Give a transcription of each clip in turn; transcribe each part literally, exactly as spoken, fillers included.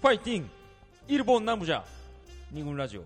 ファイティンイルボンナムジャ二軍ラジオ。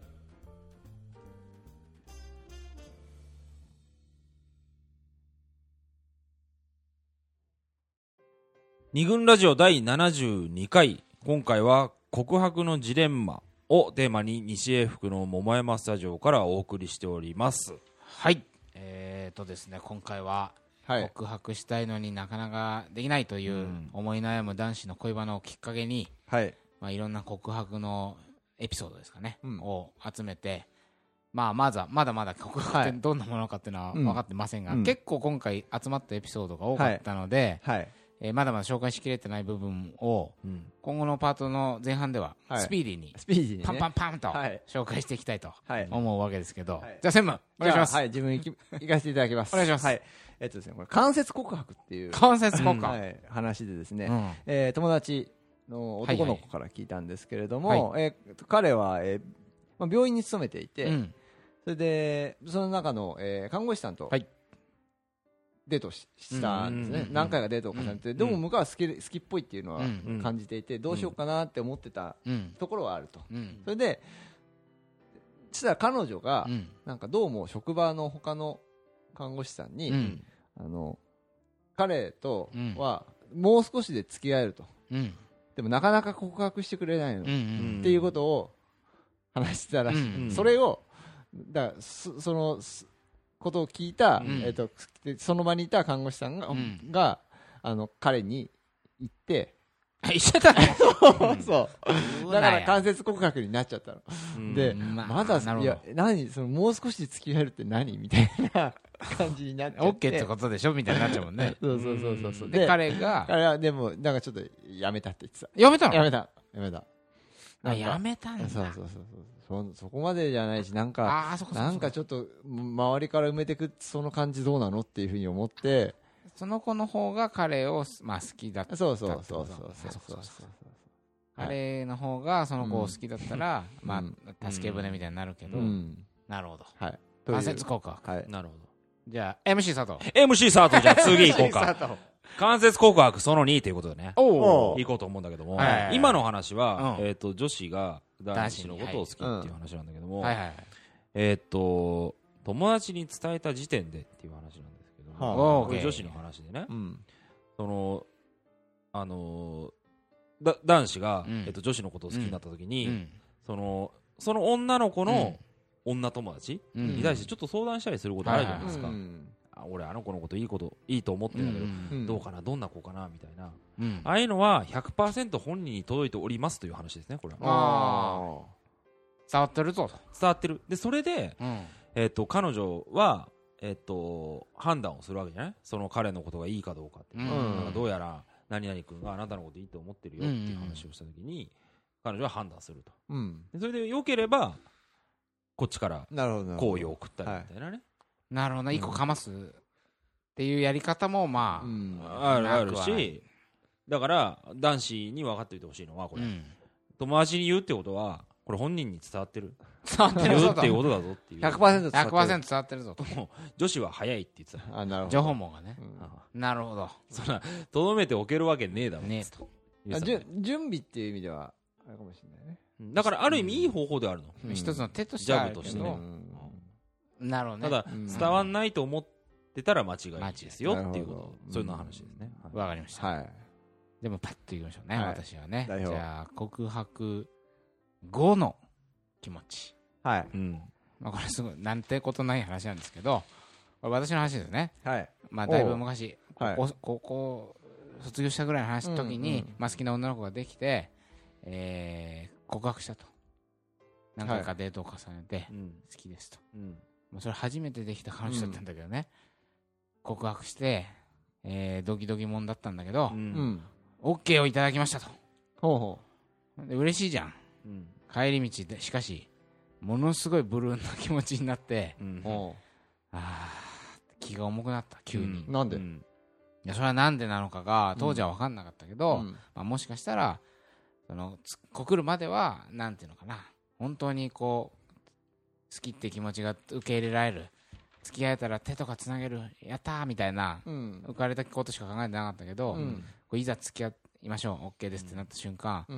二軍ラジオだいななじゅうにかい、今回は告白のジレンマをテーマに西英福の桃山スタジオからお送りしております。 はい、えーとですね、今回は告白したいのになかなかできないという思い悩む男子の恋バナをきっかけに、はいまあ、いろんな告白のエピソードですかね、うん、を集めて、まあ、まずはまだまだ告白ってどんなものかっていうのは分かってませんが、はいうん、結構今回集まったエピソードが多かったので、はいはいえー、まだまだ紹介しきれてない部分を、うん、今後のパートの前半ではスピーディーに、はい、スピーディーにね、パンパンパンと紹介していきたいと思うわけですけど、はい、じゃあ専務お願いします。 はい、自分行き行かせていただきます。 お願いします。 はいえっとですね、これ間接告白っていう間接告白、 はい、話でですね、うんえー、友達の男の子から聞いたんですけれども、はいはいえー、彼は、えーまあ、病院に勤めていて、うん、それでその中の、えー、看護師さんと、はいデート し, したんですね、うんうんうん、何回かデートを重ねて、うん、でも向こうは好き、好きっぽいっていうのは感じていて、うん、どうしようかなって思ってたところはあると、うん、それでそしたら彼女が、うん、なんかどうも職場の他の看護師さんに、うん、あの彼とはもう少しで付き合えると、うん、でもなかなか告白してくれないの、うんうん、っていうことを話してたらしい、うんうん、それをだからそ, そのことを聞いた、うんえー、とその場にいた看護師さんが、うん、があの彼に言って一緒だねそうだから間接告白になっちゃったの、うん、で、まあ、まだいや何そのもう少し付き合えるって何みたいな感じになっちゃって OK ってことでしょみたいになっちゃうもんねそうそうそうそうそうで彼が彼はでもなんかちょっとやめたって言ってた。 やめたのやめたやめたあやめたんだ。 そうそうそうそうそ, そこまでじゃないしなんかあそこそこなんかちょっと周りから埋めてくその感じどうなのっていうふうに思ってその子の方が彼を、まあ、好きだったそうそうそうそうそうそう彼の方がその子を好きだったら、うん、まあ助け舟みたいになるけど、うん、なるほど、はい、間接告白、はい、なるほど。じゃあ エムシー 佐藤エムシー 佐藤じゃあ次行こうか間接告白そのにということでね行こうと思うんだけども、はい、今の話は、うんえー、と女子が男子のことを好きっていう話なんだけども、はいはいはい、えー、と友達に伝えた時点でっていう話なんですけども、はあ、これ女子の話でね、うん、そのあのー、だ男子が、うんえー、と女子のことを好きになった時に、うん、そのその女の子の女友達に対してちょっと相談したりすることあるじゃないですか、うんうんあ俺あの子のこといいこといいと思ってるんだけど、うんうん、どうかなどんな子かなみたいな、うん、ああいうのは ひゃくパーセント 本人に届いておりますという話ですね。これはあ伝わってるぞ伝わってるでそれで、うんえー、と彼女は、えー、と判断をするわけじゃないその彼のことがいいかどうかって、うん、なんかどうやら何々君があなたのこといいと思ってるよっていう話をしたときに、うん、彼女は判断すると、うん、でそれで良ければこっちから好意を送ったりみたいなね。 なるほど、一個かますっていうやり方もまあ、うん、 あるあるし、だから男子に分かっておいてほしいのはこれ、うん、友達に言うってことはこれ本人に伝わってる伝わってる言うっていうことだぞっていうひゃくパーセント伝わってるぞ女子は早いって言ってた。 あなるほど情報網がね、うん、なるほどそんなとどめておけるわけねえだろねえとあじゅ準備っていう意味ではあれかもしれないね。 だからある意味いい方法であるの、 うん、一つの手としてあるけどジャブとしてね、うん、なるほどね。 ただ、うん、伝わんないと思ってたら間違いですよっていうこと、そういうの話ですね。 わ、うん、かりました、はい、でもパッといきましょうね、はい、私はね。じゃあ告白後の気持ち、はい、うんまあ、これすごいなんてことない話なんですけどこれ私の話ですね、はいまあ、だいぶ昔高校、はい、高校卒業したぐらいの話の時に、うんうんまあ、好きな女の子ができて、えー、告白したと。何回かデートを重ねて、はい、好きですと、うん、もうそれ初めてできた彼女だったんだけどね、うん、告白して、えー、ドキドキもんだったんだけど、うん、OK をいただきましたと。ほうほうで嬉しいじゃん、うん、帰り道でしかしものすごいブルーな気持ちになって、うん、あ気が重くなった急に、 うん、なんで、うん、いやそれはなんでなのかが当時は分かんなかったけど、うんまあ、もしかしたらその告るまではなんていうのかな本当にこう好きって気持ちが受け入れられる付き合えたら手とかつなげるやったーみたいな、うん、浮かれたことしか考えてなかったけど、うん、こういざ付き合いましょう OK ですってなった瞬間、うん、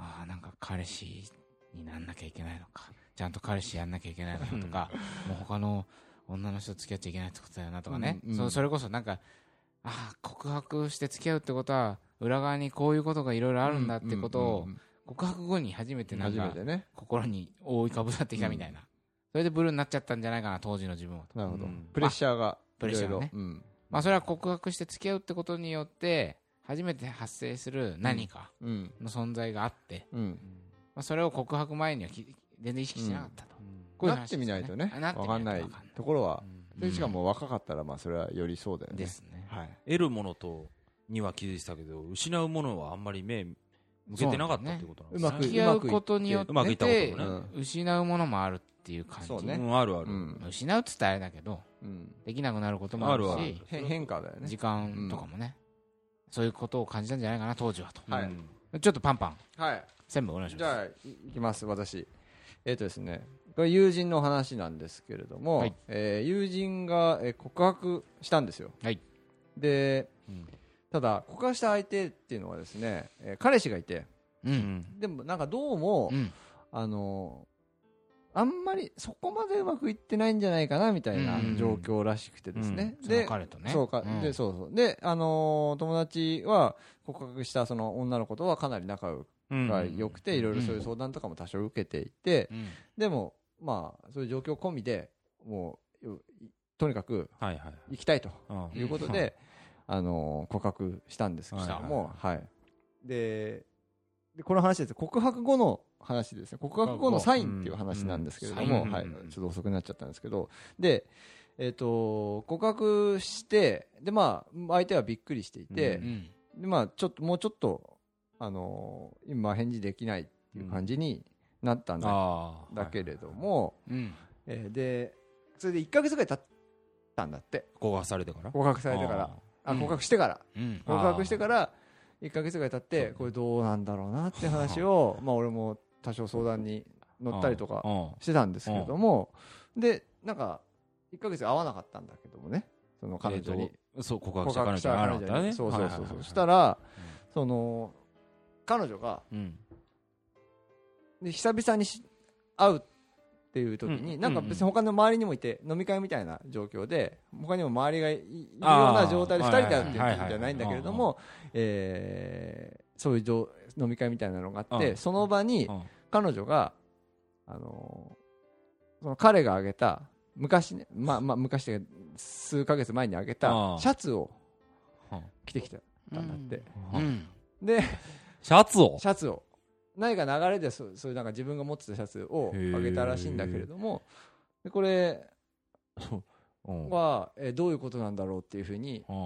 ああなんか彼氏になんなきゃいけないのか、ちゃんと彼氏やんなきゃいけないのかとかもう他の女の人と付き合っちゃいけないってことだよなとかね、うんうん、そ, それこそなんかああ告白して付き合うってことは裏側にこういうことがいろいろあるんだってことを告白後に初めてなんか心に覆いかぶさってきたみたいな、それでブルーになっちゃったんじゃないかな当時の自分は。 なるほど、プレッシャーがプレッシャーがね、うん、まあそれは告白して付き合うってことによって初めて発生する何かの存在があって、うんうん、まあ、それを告白前には全然意識してなかったと、うん、 こういう話ですね、なってみないとね分かんないところは、うん、しかも若かったらまあそれはよりそうだよね。 ですね、 はい、得るものとには気づいてたけど失うものはあんまり目向けてなかったってことなんですね。 うまく付き合うことによってうまくいったことね、失うものもあるっていう感じ。 そうね、うん、あるある、うん、 失うって言ったらあれだけど、うん、できなくなることもあるし、あるある変化だよね、 時間とかもね、うん、そういうことを感じたんじゃないかな当時はと、はい、ちょっとパンパン、はい、全部お願いします。 じゃあいきます私。えっとですね、これ友人の話なんですけれども、はい、えー、友人が告白したんですよ、はい、で、うん、ただ告白した相手っていうのはですね、えー、彼氏がいて、うん、でもなんかどうも、うん、あのあんまりそこまでうまくいってないんじゃないかなみたいな状況らしくてですね、 うん、で、その彼とね、 そうか、うん、でそうそうで、あのー、友達は告白したその女の子とはかなり仲が良くて、いろいろそういう相談とかも多少受けていて、うん、でもまあそういう状況込みでもうとにかく行きたいということで、はいはい、あのー、告白したんですけども、はい、はいはい、ででこの話です告白後の話ですね、告白後のサインっていう話なんですけれども、はい、ちょっと遅くなっちゃったんですけど、で、えー、と告白してで、まあ、相手はびっくりしていて、うん、でまあ、ちょっともうちょっと、あのー、今返事できないっていう感じになったんだ、うん、だけれども、はい、えー、でそれでいっかげつぐらい経ったんだって。 告白されてから告白されてからあ、告白してから、うん、告白してからいっかげつぐらい経ってこれどうなんだろうなって話を、まあ、俺も多少相談に乗ったりとかしてたんですけれども、でなんかいっかげつ会わなかったんだけどもね、その彼女に、 えー、そう告白した彼女に会わなかったね。 そうそうそうそう、したら、うん、その彼女が、うん、で久々に会うっていう時に、うん、なんか別に他の周りにもいて飲み会みたいな状況で他にも周りがいるような状態でふたりで会うっていうわけじゃないんだけれども、えー、そういう飲み会みたいなのがあって、その場に彼女が、あのー、その彼があげた昔ね、まあまあ昔で数ヶ月前にあげたシャツを着てきたんだって、うん、でシャツをシャツを何か流れでそそういうなんか自分が持ってたシャツをあげたらしいんだけれども、でこれは、えー、どういうことなんだろうっていうふうに、うん、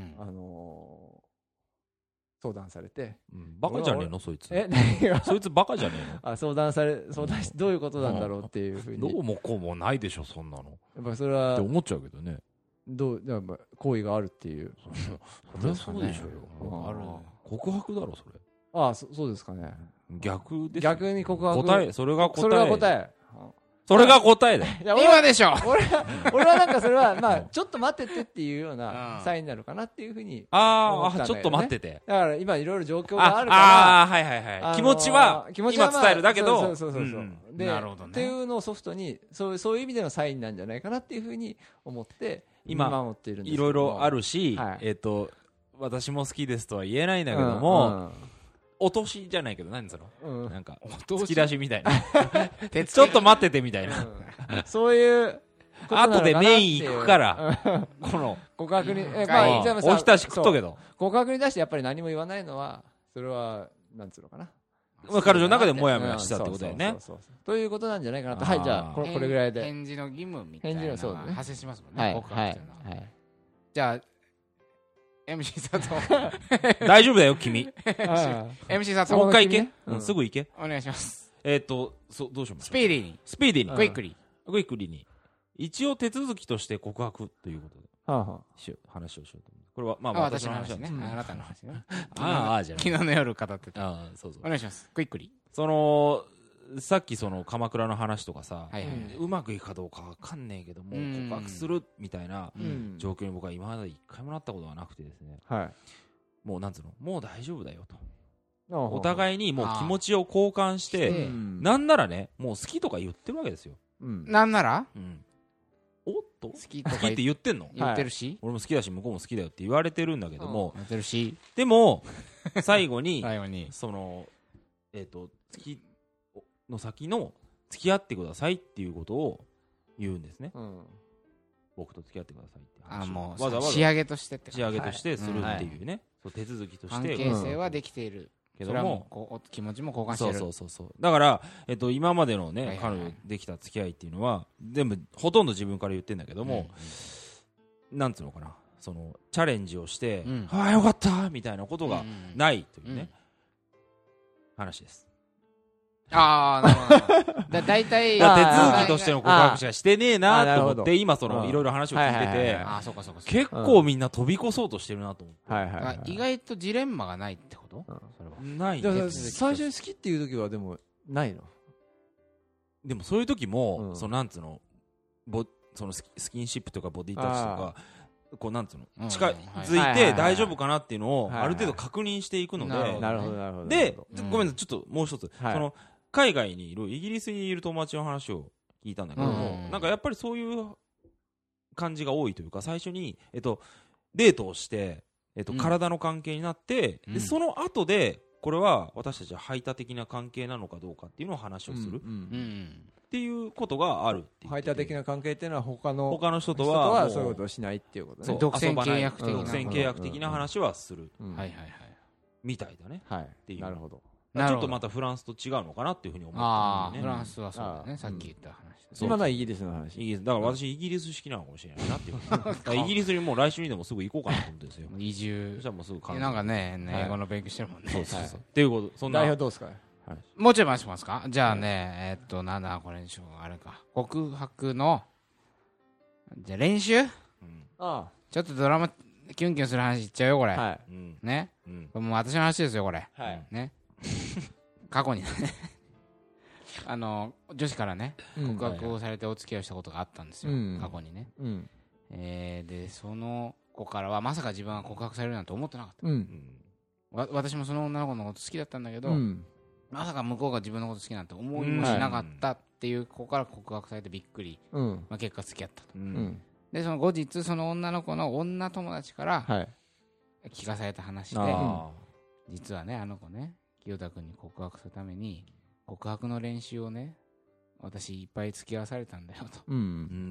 あのー、相談されて、 うん、バカじゃねえのそいつ。 え何がそいつバカじゃねえのあ相談され相談しどういうことなんだろうっていうふうに、 どうもこうもないでしょそんなの。 やっぱそれはって思っちゃうけどね。 どうやっぱ行為があるっていう。 それはそうでしょうよ。ある告白だろそれ。 ああ そ, そうですかね。 逆です。 逆に告白。 答えそれが答え。 それが答え。 それが答えだよ。 今でしょ。 俺は俺はなんかそれはまあちょっと待っててっていうようなサインなのかなっていうふうに思ったんだよね。ああちょっと待ってて。 だから今いろいろ状況があるから。 ああはいはいはい。あのー、気持ちは今伝えるだけど。 そうそうそうそう。うん、でなるほどね。っていうのをソフトにそうそういう意味でのサインなんじゃないかなっていうふうに思って今守っているんですけど。 いろいろあるし、はい、えっ、ー、と私も好きですとは言えないんだけども。うんうん、落としじゃないけど何その、うん、なんか突き出しみたいなちょっと待っててみたいな、うん、 そういう後でメイン行くからこの告白に、 え、まあ、おひたし食っとけど告白に出してやっぱり何も言わないのはそれはなんつうのかな、 彼女の中でモヤモヤしたってことだよね、 ということなんじゃないかなと。はい、じゃあこれ、これぐらいで返事の義務みたいなのが発生しますもんね、 はい、告白っていうのは、はいはい、 じゃあエムシー 佐藤大丈夫だよ君エムシー 佐藤もう一回行け、うん、すぐ行けお願いします。 えっ、ー、とそどうしよう。 スピーディーにスピーディーにクイックリークイックリーに一応手続きとして告白ということで、はあはあ、話をしようと思う。これはまあ私の話ね、うん、あなたの話ねああじゃあ昨日の夜語ってた。 あそうそうお願いします。クイックリそのさっきその鎌倉の話とかさ、はいはいはい、うまくいくかどうかわかんねえけども告白するみたいな状況に僕は今まで一回もなったことがなくてですね、はい、もうなんつうのもう大丈夫だよと、 お互いにもう気持ちを交換して、なんならね、もう好きとか言ってるわけですよ。 なんならおっと好きって言ってんの？ 言ってるし、 俺も好きだし向こうも好きだよって言われてるんだけども、 言ってるし、 でも最後に最後にそのえっと月の先の付き合ってくださいっていうことを言うんですね。僕と付き合ってくださいって話。 あ、もうわざわざ仕上げとしてって仕上げとしてするっていうね、そう手続きとして関係性はできているけども、気持ちも交換してる。 そうそうそうそう。だからえっと今までのね、彼女できた付き合いっていうのは全部ほとんど自分から言ってんだけども、なんつうのかな、そのチャレンジをして、ああよかったみたいなことがないというね話です。 ああ、なるほど。だ大体手続きとしての告白しかしてねえなと思って今そのいろいろ話を聞いてて、結構みんな飛び越そうとしてるなと思って。 意外とジレンマがないってこと？ それはない。 最初に好きっていう時はでもないの？ でもそういう時もそのなんつうのボそのスキンシップとかボディタッチとか。こうなんつうの近づいて大丈夫かなっていうのをある程度確認していくので、 なるほどなるほど。 でごめんなさい、ちょっともう一つ、その海外にいるイギリスにいる友達の話を聞いたんだけども、なんかやっぱりそういう感じが多いというか、最初にえっとデートをしてえっと体の関係になって、でその後でこれは私たちは排他的な関係なのかどうかっていうのを話をする。っていうことがあるっていう。 排他的な関係っていうのは他の他の人とはそういうことをしないっていうことね。 独占契約的な独占契約的な話はする。 はいはいはい。 みたいだね。 はい。 っていう。 なるほど。 ちょっとまたフランスと違うのかなっていうふうに思った。 ああ、フランスはそうだね。さっき言った話。 今のはイギリスの話。 イギリスだから私イギリス式なのかもしれないなっていう。イギリスにもう来週にでもすぐ行こうかなと思ってるんですよ。 移住。 そしたらもうすぐなんかね、英語の勉強してるもんね。 そうそうそう。っていうこと。そんな。 代表どうですか？ もうちょい回しますか。じゃあね、えっとなんだこれにしよう、あれか、告白のじゃあ練習、ああちょっとドラマキュンキュンする話いっちゃうよこれ、はい、ね、うん、これもう私の話ですよこれ、はい、ね過去にねあの女子からね告白をされてお付き合いしたことがあったんですよ、うん、過去にね、うん、えー、でその子からはまさか自分が告白されるなんて思ってなかった、うん、わ私もその女の子のこと好きだったんだけど、うん、まさか向こうが自分のこと好きなんて思いもしなかったっていう子から告白されてびっくり、うんまあ、結果付き合ったと、うん、でその後日その女の子の女友達から聞かされた話で、はい、実はねあの子ね清田君に告白するために告白の練習をね私いっぱい付き合わされたんだよと、うん、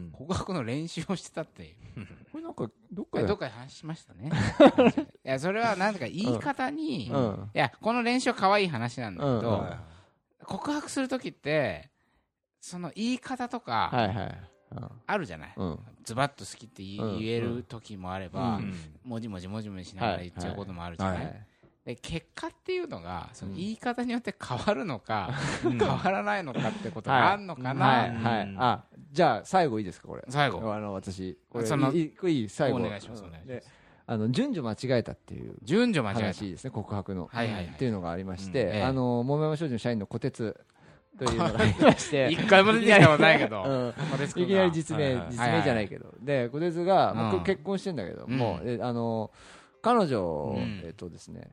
告白の練習をしてたっていうこれなんかどっかでどっかで話しましたねいやそれはなんとか言い方に、うんうん、いやこの練習は可愛い話なんだけど、うんうん、告白するときってその言い方とか、はいはいうん、あるじゃない、うん、ズバッと好きって言える時もあれば、うん、もじもじもじもじしながら言っちゃうこともあるじゃない、はいはい、で結果っていうのがその言い方によって変わるのか、うん、変わらないのかってことがあるのかな、はいはいはい、 あじゃあ最後いいですかこれ最後あの私これそのいいいい最後お願いしますお願いしますあの順序間違えたっていう順序間違えた話ですね告白の、はいはいはい、っていうのがありまして、うんええ、あの桃山商事の社員の小鉄というのがありまして一回も出てきたことないけど、 うん、いきなり実名、はいはい、実名じゃないけど、はいはい、で小鉄が、うん、結婚してんだけども、うん、あの彼女、うん、えっとですね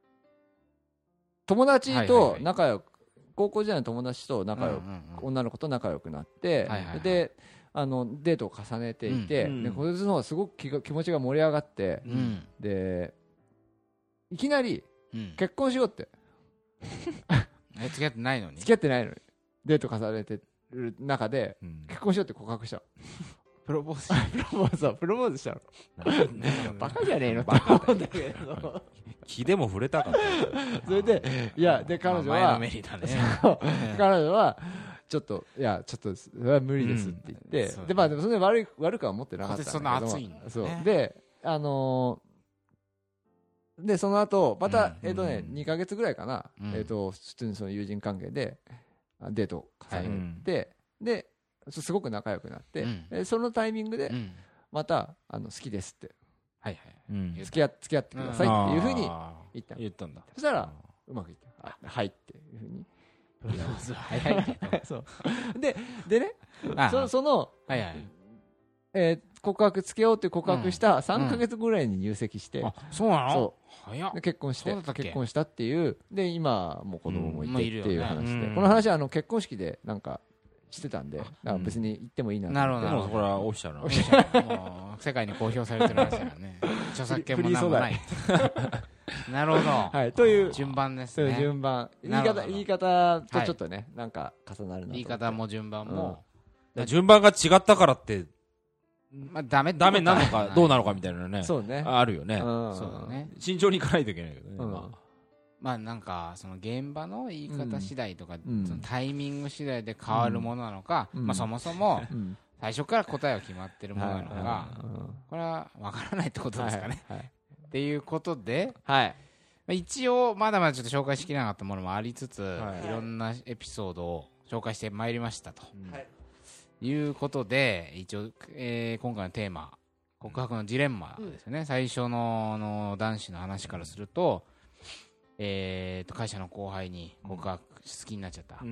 友達と仲良く、はいはいはい、高校時代の友達と仲良く、うんうんうん、女の子と仲良くなって、はいはいはい、であのデートを重ねていて、うん、で小鉄の方がすごく気, 気持ちが盛り上がって、うん、でいきなり、うん、結婚しようってえ付き合ってないのに付き合ってないのにデート重ねてる中で、うん、結婚しようって告白したプロポーズプロポーズプロポーズしたのバカじゃねえのバカだけど気でも触れたかったそれでいやで彼女は、 まあ、前のめりだね彼女はちょっといやちょっとそれは無理ですって言って、うん、でまあでもそんなに悪い悪くは思ってなかったんだけどそんな熱いんだ、ね、そうであのー、でその後また、うん、えっ、ー、とね、うん、にかげつぐらいかな、うん、えっ、ー、と普通にその友人関係でデートを重ねて、はい、ですごく仲良くなって、うん、そのタイミングでまたあの好きですって、はいはい、付き合付き合ってくださいっていうふうに言った言ったんだ。 そしたらうまくいったはいっていうふうにそうででねそその、はいはいえー、 告白付き合おうって告白したさんかげつぐらいに入籍して、 あ、そうなの？ そう。 早っ。 で結婚して結婚したっていうで今もう子供もいてっていう話で、 うん、 この話はあの結婚式でなんかしてたんで、なんか別に言ってもいいなと思って。 なるほど。 これはオフィシャルなオフィシャルもう世界に公表されてる話だからね。著作権もなんもない。なるほど。 はい、という順番ですね。 順番。言い方、言い方とちょっとね、はい、なんか重なるなと。 言い方も順番も。 うん、順番が違ったからって、 まあ、ダメダメなのかどうなのかみたいなね。 そうね。 あるよね。 そうだね。 慎重にいかないといけないけどね。うん、 まあ、まあなんか、その現場の言い方次第とか、うん、そのタイミング次第で変わるものなのか、うん、まあそもそも、最初から答えは決まってるものなのか、これは分からないってことですかね。はいはい、っていうことで、はい、一応まだまだちょっと紹介しきれなかったものもありつつ、はい、いろんなエピソードを紹介してまいりましたと、はい、いうことで一応、えー、今回のテーマ告白のジレンマですよね、うん、最初 の, の男子の話からすると、えー、と会社の後輩に告白、うん、好きになっちゃった、うん、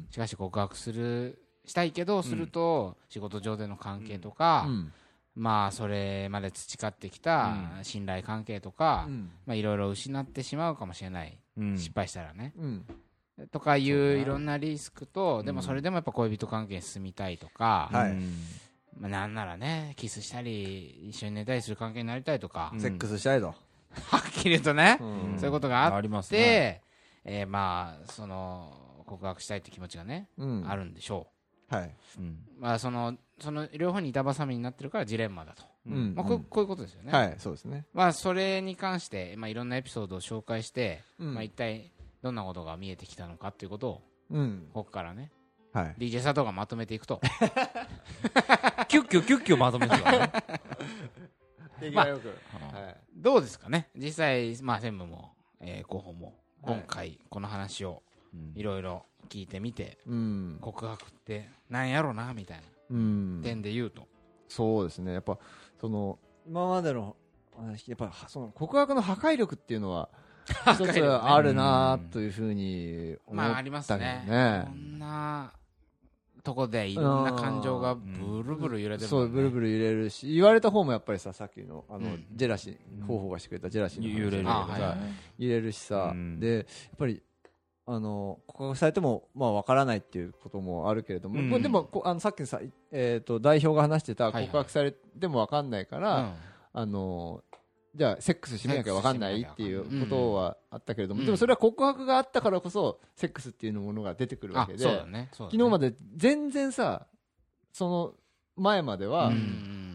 しかし告白するしたいけどすると仕事上での関係とか、うん、まあそれまで培ってきた信頼関係とか、うん、まあいろいろ失ってしまうかもしれない、うん、失敗したらね、うん、とかいういろんなリスクと、でもそれでもやっぱ恋人関係に進みたいとか、うん、まあなんならねキスしたり一緒に寝たりする関係になりたいとか、 うん、セックスしたいとはっきり言うとね、うん、そういうことがあって、ねえー、まあその告白したいって気持ちがね、うん、あるんでしょう。はい、うん、まあそのその両方に板挟みになってるからジレンマだと、うんまあ、こ, こういうことですよね。 はい、そうですね。 まあそれに関して、まあ、いろんなエピソードを紹介して、うんまあ、一体どんなことが見えてきたのかっていうことを、うん、ここからね、はい、ディージェー 佐藤がまとめていくとキュッキュキュッキュまとめていくからねまあはい、どうですかね実際、まあ、専務も、えー、候補も今回この話をいろいろ聞いてみて、うん、告白ってなんやろなみたいな、うん、点で言うとそうですねやっぱその今までの話やっぱその告白の破壊力っていうのは一つあるなというふうに思ったけどね、まあありますね。 こんなとこでいろんな感情がブルブル揺れてる、ね、 そうブルブル揺れるし言われた方もやっぱりささっきのあの、うん、ジェラシー方法がしてくれたジェラシーの揺れるさ揺れるしさ、うん、でやっぱりあの告白されてもまあ分からないっていうこともあるけれども、うん、でもあのさっきのさ、えー、と代表が話してた告白されても分かんないから、はいはい、あのじゃあセックスしなきゃ分かんないっていうことはあったけれども、うん、でもそれは告白があったからこそセックスっていうものが出てくるわけで、そうだねそうだね、昨日まで全然さその前までは、うん、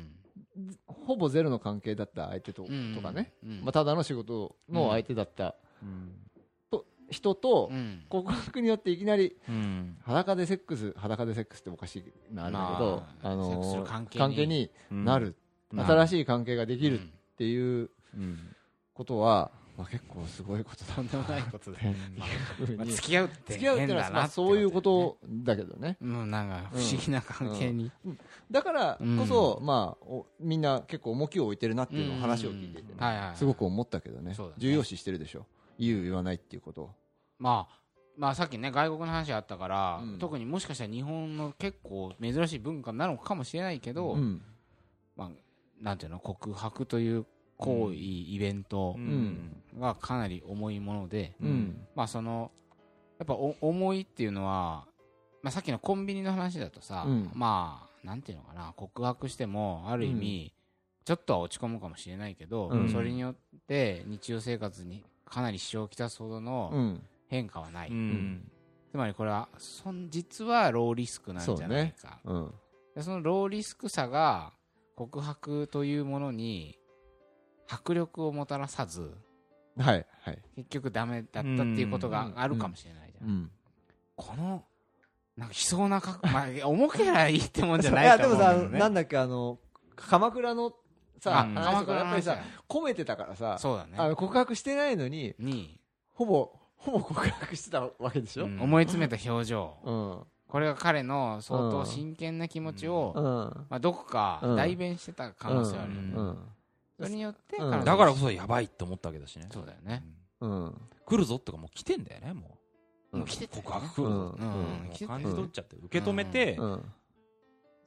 ほぼゼロの関係だった相手 と,、うん、とかね、うんまあ、ただの仕事の相手だった、うんと人と告白によっていきなり裸でセックス裸でセックスっておかしいなんだけど、まあ、あの関係になる、新しい関係ができるっていうことは、まあ、結構すごいことだとんでもないことで、まあ、付き合うって付き合うってのは、まあ、そういうことだけどね、 うん、なんか不思議な関係に、 うんうん、だからこそ、うんまあ、おみんな結構重きを置いてるなっていうのを話を聞いていて、ねうんはいはいはい、すごく思ったけど ね, ね重要視してるでしょ言う言わないっていうことを、 まあまあ、さっきね外国の話あったから、うん、特にもしかしたら日本の結構珍しい文化なのかもしれないけど、うんまあ、なんていうの告白という行為、うん、イベントがかなり重いもので、うんまあ、そのやっぱお重いっていうのは、まあ、さっきのコンビニの話だとさ、うん、まあなんていうのかな告白してもある意味、うん、ちょっとは落ち込むかもしれないけど、うん、それによって日常生活にかなり支障をきたすほどの変化はない、うん、つまりこれはそん実はローリスクなんじゃないか そ,、ねうん、でそのローリスクさが告白というものに迫力をもたらさず、 はいはい、 結局ダメだったっていうことがあるかもしれないじゃん、うんうん、このなんか悲壮なか、まあ、重けりゃいいってもんじゃないと思うんだよね。いやでもさなんだっけあの鎌倉のさ話とかやっぱりさ込めてたからさそうだ、ね、 あの告白してないのににほぼほぼ告白してたわけでしょ、うん、 思い詰めた表情、うん、これが彼の相当真剣な気持ちを、うんまあ、どこか代弁してた可能性はあるよね、うんうん、それによって、 うん、だからこそやばいって思ったわけだしね。 そうだよね、 うん、来るぞってかもう来てんだよねもう、 もう来てて、ね、 告白来るぞ、うんうん、感じ取っちゃって受け止めて、うん、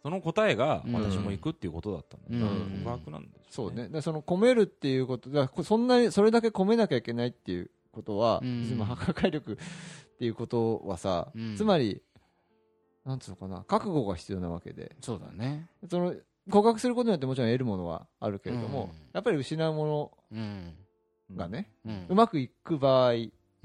その答えが私も行くっていうことだったんだ、うん、告白なんです、ね、 そうね。でその込めるっていうことだ、そんなにそれだけ込めなきゃいけないっていうことは、うん、破壊力っていうことはさ、うん、つまりなんつうのかな、覚悟が必要なわけで、 そうだね。 その告白することによってもちろん得るものはあるけれども、うん、やっぱり失うものがね、うん、うまくいく場合、うん、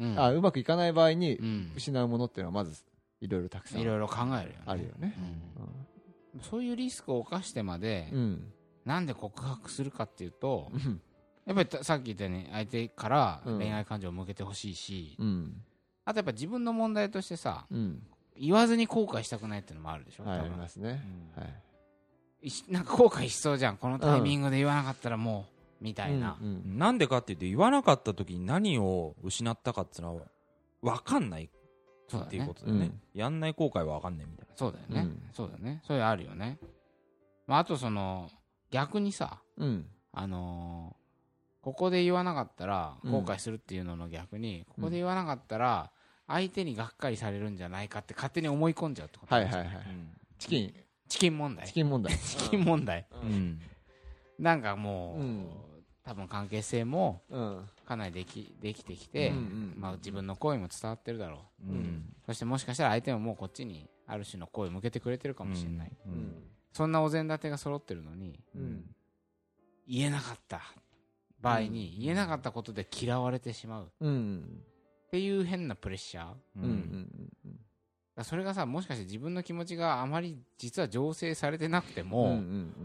あうまくいかない場合に失うものっていうのはまずいろいろたくさんいろいろ考えるよね。 あるよね。 うん、そういうリスクを冒してまで、うん、なんで告白するかっていうと、うん、やっぱりさっき言ったように相手から恋愛感情を向けてほしいし、うん、あとやっぱ自分の問題としてさ、うん、言わずに後悔したくないっていうのもあるでしょ。 はい、ありますね。うん、はい。 なんか後悔しそうじゃん、このタイミングで言わなかったらもうみたいな、 うんうん、なんでかって言って言わなかった時に何を失ったかっていうのは分かんないっていうことだよね、うん、やんない後悔は分かんないみたいな。 そうだよね、うん、そうだね、そういうのあるよね。まあ、あとその逆にさ、うん、あのー、ここで言わなかったら後悔するっていうのの逆に、うん、ここで言わなかったら相手にがっかりされるんじゃないかって勝手に思い込んじゃうってことですよね。 はいはいはい、うん、チキンチキン問題チキン問題チキン問題、うん、なんかもう、うん、多分関係性もかなりでき、できてきて、うんうん、まあ、自分の行為も伝わってるだろう、うん、そしてもしかしたら相手ももうこっちにある種の行為を向けてくれてるかもしれない、うんうん、そんなお膳立てが揃ってるのに、うん、言えなかった場合に、うん、言えなかったことで嫌われてしまう、うん、っていう変なプレッシャー、うんうんうんうん、それがさ、もしかして自分の気持ちがあまり実は醸成されてなくても、うんうんうん、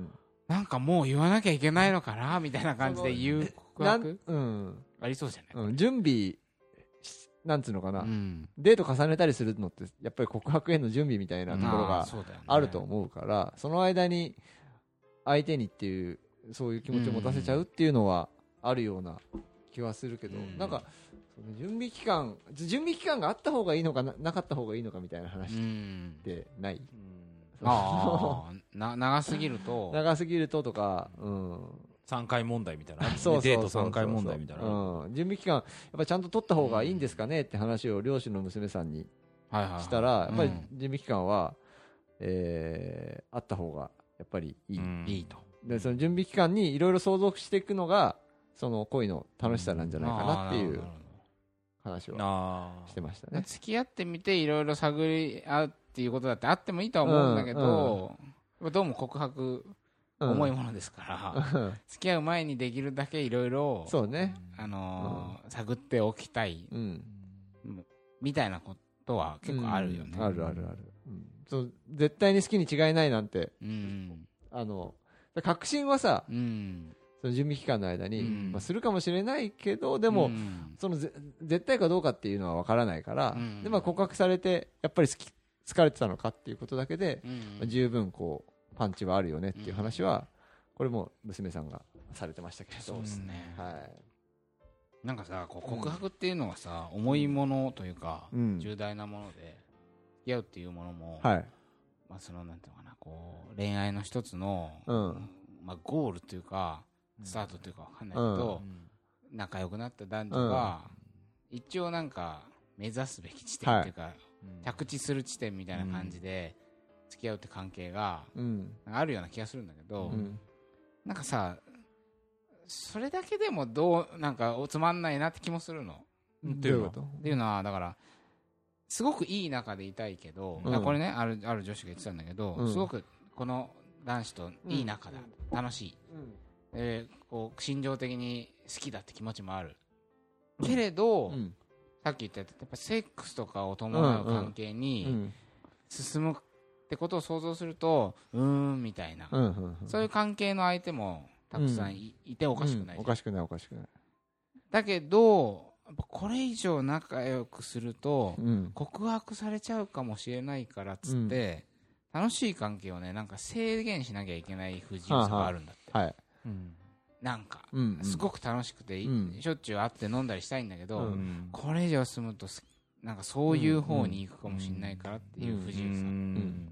なんかもう言わなきゃいけないのかなみたいな感じで言う告白、うん、ありそうじゃない、 うん、準備なんつうのかな、うん、デート重ねたりするのってやっぱり告白への準備みたいなところがあると思うから、うん、その間に相手にっていうそういう気持ちを持たせちゃうっていうのはあるような気はするけど、うん、なんか準備期間準備期間があった方がいいのか な, なかった方がいいのかみたいな話ってない、うん、 あな長すぎると長すぎるととか、うん、 さんかい問題みたいな、そうそうそうそう、デートさんかい問題みたいな、 うん、準備期間やっぱちゃんと取った方がいいんですかねって話を両親の娘さんにしたら、やっぱり準備期間は、えー、あった方がやっぱりいい、うん、いいと。でその準備期間にいろいろ想像していくのがその恋の楽しさなんじゃないかなっていう話はしてましたね。 付き合ってみていろいろ探り合うっていうことだってあってもいいとは思うんだけど、うんうん、どうも告白重いものですから、うん、付き合う前にできるだけいろいろそうね、 あのーうん、探っておきたい、うん、みたいなことは結構あるよね、 うん、あるあるある、うん、そう絶対に好きに違いないなんて、うん、あの確信はさ、うん、その準備期間の間に、うんまあ、するかもしれないけどでも、うん、そのぜ絶対かどうかっていうのは分からないから、うん、でまあ、告白されてやっぱり好き好かれてたのかっていうことだけで、うんまあ、十分こうパンチはあるよねっていう話は、うん、これも娘さんがされてましたけれど、 そうですね、はい、なんかさこう告白っていうのはさ、うん、重いものというか、うん、重大なもので付き合うっていうものも、はいまあ、そのなんていうのかなこう恋愛の一つの、うんまあ、ゴールというかスタートというか分かんないけど、うん、仲良くなった男女が、うん、一応なんか目指すべき地点というか、はい、着地する地点みたいな感じで付き合うって関係が、うん、あるような気がするんだけど、うん、なんかさそれだけでもどうなんかつまんないなって気もするの。 どういうこと？ っていうのはだからすごくいい仲でいたいけど、うん、これねあるある女子が言ってたんだけど、うん、すごくこの男子といい仲だ、うん、楽しい、うんえー、こう心情的に好きだって気持ちもある、うん、けれど、うん、さっき言ったやっぱセックスとかを伴う関係に進むってことを想像するとうーんみたいな、うんうんうん、そういう関係の相手もたくさん い,、うん、いておかしくない、うん、 おかしくないおかしくないだけどやっぱこれ以上仲良くすると、うん、告白されちゃうかもしれないからっつって、うん、楽しい関係をねなんか制限しなきゃいけない不自由さがあるんだって、はあはあはいうん、なんか、うんうん、すごく楽しくて、うん、しょっちゅう会って飲んだりしたいんだけど、うん、これ以上進むとなんかそういう方に行くかもしれないからっていう不自由さ、うんうん、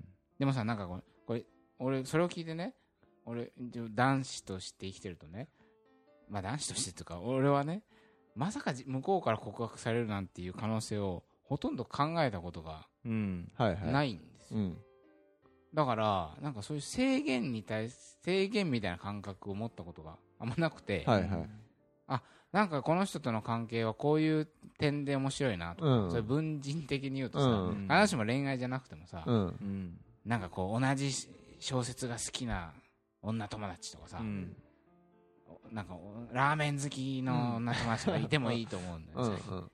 でもさなんかこれ、これ俺それを聞いてね俺男子として生きてるとねまあ男子としてというか俺はねまさか向こうから告白されるなんていう可能性をほとんど考えたことがないんですよ、うんはいはいうん、 だからなんかそういう制限に対制限みたいな感覚を持ったことがあんまなくて、はいはい、あなんかこの人との関係はこういう点で面白いなとか、うん、それ文人的に言うとさ、うん、必ずしも恋愛じゃなくてもさ、うん、なんかこう同じ小説が好きな女友達とかさ、うん、なんかラーメン好きの女友達がいてもいいと思うんだよね、うんうん、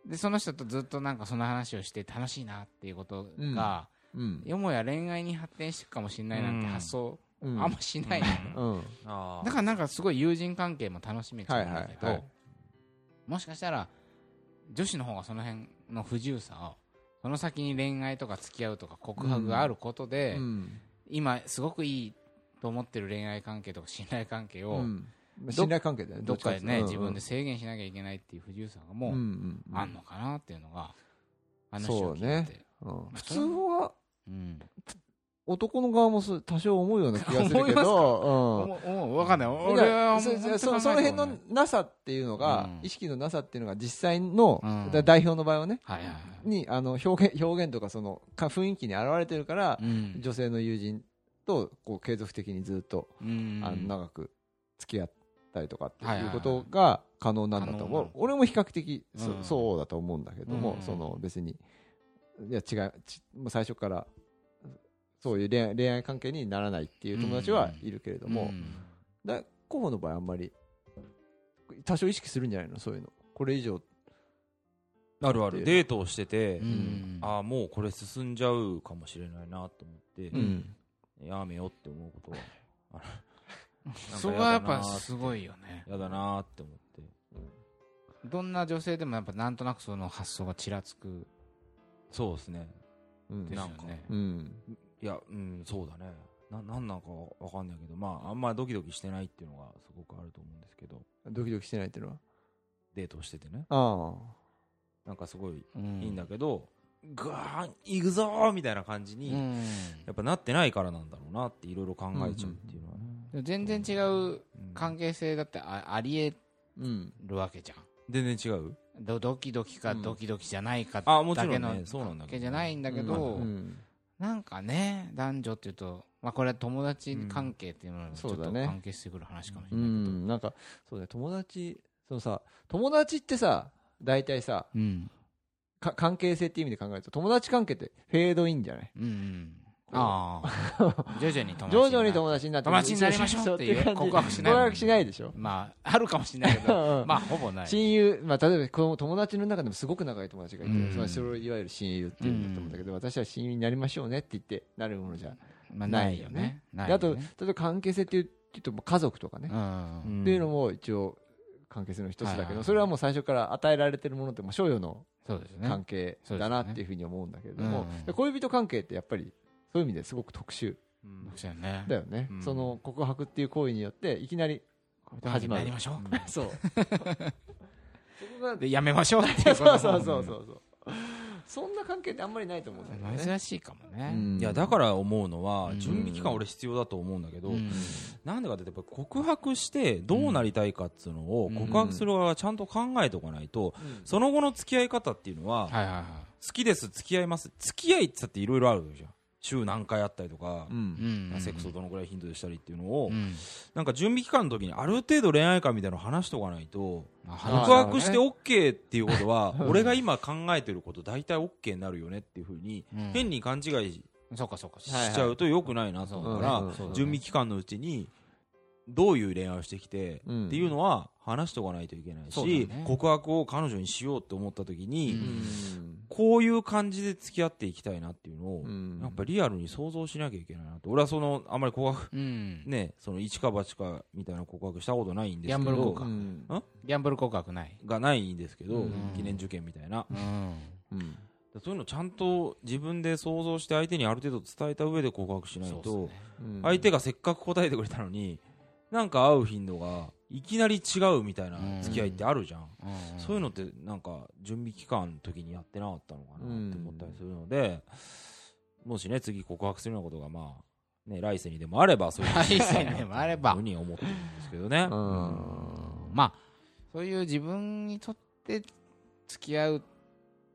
でその人とずっとなんかその話をして楽しいなっていうことが、うん、よもや恋愛に発展していくかもしれないなんて発想、うん、あんましないの、うん、だからなんかすごい友人関係も楽しめちゃうんだけど、はいはいはい、もしかしたら女子の方がその辺の不自由さをその先に恋愛とか付き合うとか告白があることで、うん、今すごくいいと思ってる恋愛関係とか信頼関係を、うん、 信頼関係だよね、 どっかでね、うんうん、自分で制限しなきゃいけないっていう不自由さがもうあんのかなっていうのが話を聞いて、そうね、うん、 普通は、うん、男の側も多少思うような気がするけど、 うん、分かんない、俺はそ, そ, その辺のなさっていうのが、うん、意識のなさっていうのが実際の、うん、代表の場合はね、はいはいはい、にあの表現表現とかその雰囲気に表れてるから、うん、女性の友人とこう継続的にずっと、うん、あの長く付き合ったりとかっていうことが可能なんだと思う、はいはいはい、俺も比較的 そ,、うん、そうだと思うんだけども、うん、その別にいや違うもう最初からそういう恋愛、恋愛関係にならないっていう友達はいるけれども、うん、だ候補の場合あんまり多少意識するんじゃないの、そういうの。これ以上あるある、デートをしてて、うん、ああもうこれ進んじゃうかもしれないなと思って、うん、やめようって思うことはあるそれはやっぱすごいよね。 やだなって思って、 うん、どんな女性でもやっぱなんとなくその発想がちらつく。 そうですね、 うん、ですよね、なんか、 うん、いや、うん、そうだね。な、なんなんかわかんないけど、まあ、あんまりドキドキしてないっていうのがすごくあると思うんですけど。 ドキドキしてないっていうのはデートをしててね。ああ。なんかすごいいいんだけど、ぐわーん、行くぞーみたいな感じに、やっぱなってないからなんだろうなっていろいろ考えちゃうっていうのはね。 うんうん、全然違う関係性だって あ, あり得るわけじゃん。 全然違うド, ドキドキかドキドキじゃないかだけの関係じゃないんだけど、なんかね、男女っていうと、まあ、これは友達関係っていうのにちょっと関係してくる話かもしれないけど、うんうん、 なんかそうね、友達、そのさ、友達ってさ、大体さ、うん、か関係性っていう意味で考えると、友達関係ってフェードインじゃない、うんうん、 ああ徐々に友達徐々に友達になって友達になりましょうっていう告白しない、 告白しないでしょ。 まああるかもしれないけどまあほぼない。 親友、まあ、例えばこの友達の中でもすごく仲いい友達がいて、うん、それをいわゆる親友っていうんだと思うんだけど、うん、私は親友になりましょうねって言ってなるものじゃないよね。まあ、ないよね。あと例えば関係性っていうと家族とかね、うん、っていうのも一応関係性の一つだけど、はいはい、それはもう最初から与えられてるものって賞与の関係だなっていうふうに思うんだけれども、ね、恋人関係ってやっぱりそういう意味ですごく特殊だよね、うん、その告白っていう行為によっていきなり始まる。 やりましょう、 うん、そうでやめましょうっていうそうそうそうそうそうそんな関係ってあんまりないと思うんだよね。 珍しいかもね、うん、いやだから思うのは、うん、準備期間俺必要だと思うんだけど、うん、なんでかってやっぱ告白してどうなりたいかっていうのを告白する側はちゃんと考えておかないと、うん、その後の付き合い方っていうのは、はいはいはい、好きです付き合います付き合いって言ったっていろいろあるじゃん。週何回あったりとか、うん、セックスをどのくらい頻度でしたりっていうのを、うん、なんか準備期間の時にある程度恋愛観みたいなのを話しておかないと、告白して OK っていうことは、俺が今考えてること大体 OK になるよねっていうふうに、うん、変に勘違いしちゃうと良くないなと思うから、準備期間のうちにどういう恋愛をしてきて、うん、っていうのは話しておかないといけないし、ね、告白を彼女にしようって思った時に、うん、こういう感じで付き合っていきたいなっていうのを、うん、やっぱりリアルに想像しなきゃいけないなと。俺はそのあんまり告白、うん、ね、その一か八かみたいな告白したことないんですけど、ギャンブル告白、うん、 ギャンブル告白ないがないんですけど、うん、記念受験みたいな、うんうん、そういうのちゃんと自分で想像して相手にある程度伝えた上で告白しないと、ね、相手がせっかく答えてくれたのになんか会う頻度がいきなり違うみたいな付き合いってあるじゃん、うん、そういうのってなんか準備期間の時にやってなかったのかなって思ったりするので、もしね次告白するようなことがまあね来世にでもあればそういう来世にでもあればふうに思ってるんですけどね、うん、 まあそういう自分にとって付き合うっ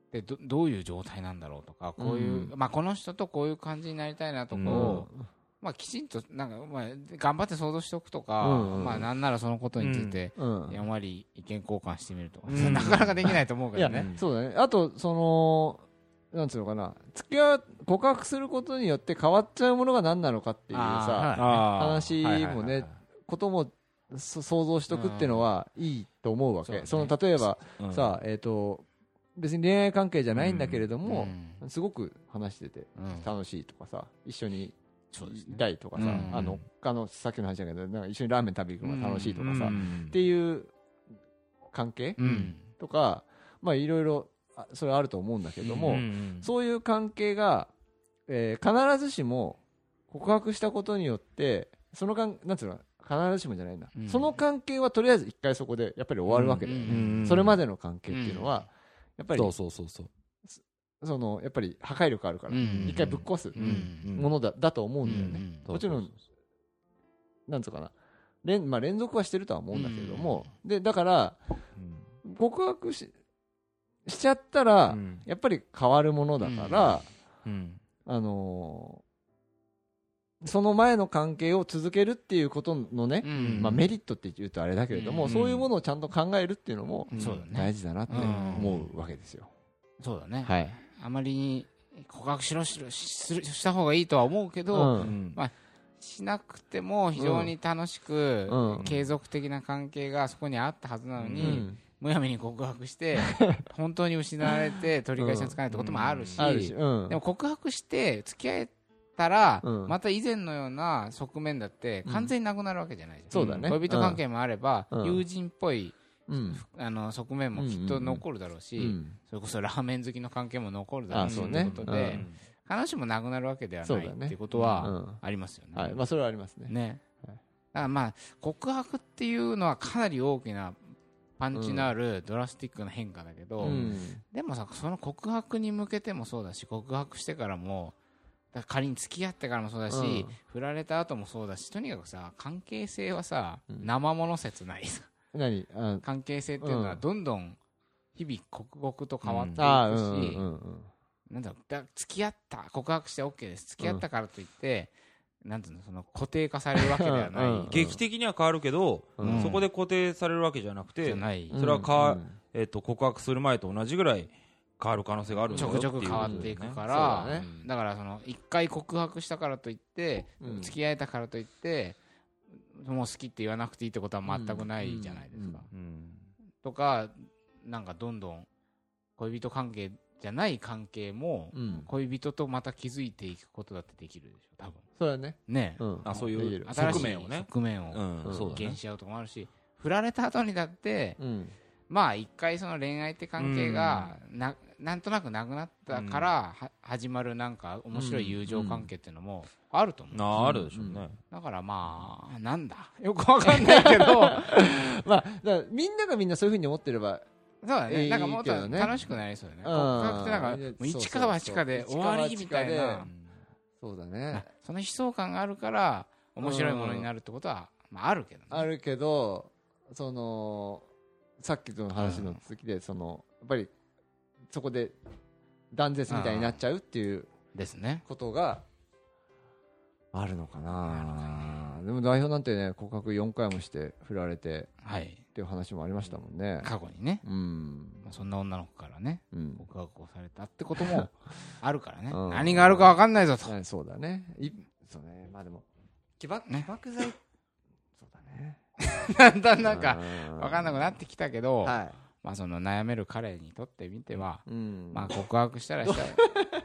で ど, どういう状態なんだろうとかこういう、うんまあ、この人とこういう感じになりたいなとかを、うんまあ、きちんとなんか、まあ、頑張って想像しておくとか、うんまあ、なんならそのことについてやんわり意見交換してみるとか、うん、なかなかできないと思うけどね。 いやそうだね。あとそのなんつうのかな、付き合う告白することによって変わっちゃうものが何なのかっていうさ話もねことも想像しとくっていうのはいいと思うわけ。うん、その例えば、うん、さえっ、ー、と別に恋愛関係じゃないんだけれども、うん、すごく話してて楽しいとかさ、一緒にいたいとかさ、うん、あのあのさっきの話だけどなんか一緒にラーメン食べに行くのが楽しいとかさ、うん、っていう関係、うん、とかまあいろいろそれはあると思うんだけども、うん、そういう関係が、えー、必ずしも告白したことによってそのかんなんつうの必ずしもじゃないな、うん、その関係はとりあえず一回そこでやっぱり終わるわけだよね、うんうんうん、それまでの関係っていうのは、やっぱりそうそうそうそうそのやっぱり破壊力あるから、うんうん、一回ぶっ壊すものだ、だと思うんだよね、うんうん、もちろんなんつうかな連、まあ、連続はしてるとは思うんだけれども、うん、でだから、うん、告白し、しちゃったら、うん、やっぱり変わるものだから、うんうん、あのーその前の関係を続けるっていうことのね、うんまあ、メリットって言うとあれだけれども、うん、そういうものをちゃんと考えるっていうのも大事だなって思うわけですよ。 そうだね、はい、あまり告白しろしろしした方がいいとは思うけど、うんまあ、しなくても非常に楽しく、うん、継続的な関係がそこにあったはずなのに、うん、むやみに告白して本当に失われて取り返しがつかないってこともあるし、うんうん、でも告白して付き合えたら、うん、また以前のような側面だって完全になくなるわけじゃない、うん、 そうだね、 恋人関係もあれば、うん、友人っぽい、うん、あの側面もきっと残るだろうし、うんうんうん、それこそラーメン好きの関係も残るだろうしということで、ねうん、必ずしもなくなるわけではない、ね、っていうことはありますよね、 はいまあ、それはありますね。 ね、はい、だからまあ告白っていうのはかなり大きなパンチのあるドラスティックな変化だけど、うん、でもさその告白に向けてもそうだし告白してからもだから仮に付き合ってからもそうだし、うん、振られた後もそうだしとにかくさ関係性はさ、うん、生もの説ない何関係性っていうのはどんどん日々刻々と変わっていくし、うん、なんだろうだ付き合った告白して OK です付き合ったからといって、うん、なんていうのその固定化されるわけではない、うん、 劇的には変わるけど、うん、そこで固定されるわけじゃなくて、うん、それはか、うんえー、と告白する前と同じぐらい変わる可能性があるんだよっていう、ね、 ちょくちょく変わっていくから、ね、だからその一回告白したからといって、うん、付き合えたからといってもう好きって言わなくていいってことは全くないじゃないですか、うんうんうん、とかなんかどんどん恋人関係じゃない関係も、うん、恋人とまた気づいていくことだってできるでしょ多分。 それはねね、 うん、あそういう新しい側面をね側面を発見し合うとかもあるし、振られた後にだって、うんまあ一回その恋愛って関係が な, なんとなくなくなったからは始まるなんか面白い友情関係っていうのもあると思う、うんうん、あるでしょうね。 だからまあなんだよくわかんないけどまあだからみんながみんなそういうふうに思ってればそうだね、なんかもっと楽しくなりそうだね。告白ってなんかもう一か八かで終わりみたいな、 そうだね、 その悲壮感があるから面白いものになるってことはまああるけどね。 あるけどそのさっきの話の続きで、そのやっぱりそこで断絶みたいになっちゃうっていうことがあるのかな。でも代表なんてね告白よんかいもして振られてっていう話もありましたもんね、 過去にね、うんまあ、そんな女の子からね、うん、告白をされたってこともあるからね、うん、何があるか分かんないぞと、 ね、そうだねいそうねまあでも起爆、ね、起爆剤そうだねだんだんなんか分かんなくなってきたけど、はいまあ、その悩める彼にとってみては、うんまあ、告白したらしたら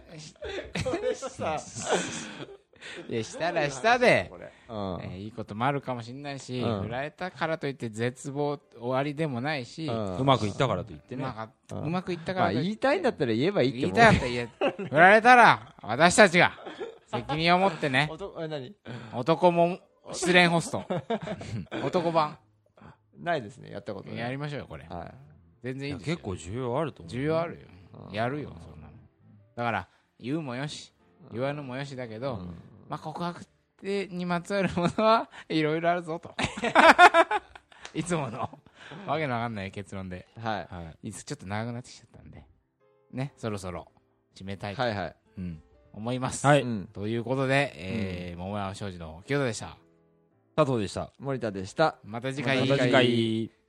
いやしたらしたで、うんえー、いいこともあるかもしれないし、うん、振られたからといって絶望終わりでもないし、うん、 うまくいったからといってね、 うん、うまくいったからといって、まあ、 言いたいんだったら言えばいいって言いたいんだったら言え振られたら私たちが責任を持ってね何男も失恋ホスト男版ないですねやったことない。 やりましょうよこれ、はい、全然いいですよ。結構需要あると思う。 需要あるよ、やるよそんなの。だから言うもよし言わぬもよしだけど、うんまあ、告白ってにまつわるものはいろいろあるぞといつものわけのわかんない結論で、はいはい、ちょっと長くなってきちゃったんでね、そろそろ締めたいと思います。 はい。 ということで、えー、桃山商事の清田でした。 佐藤でした。 森田でした。 また次回。 また次回。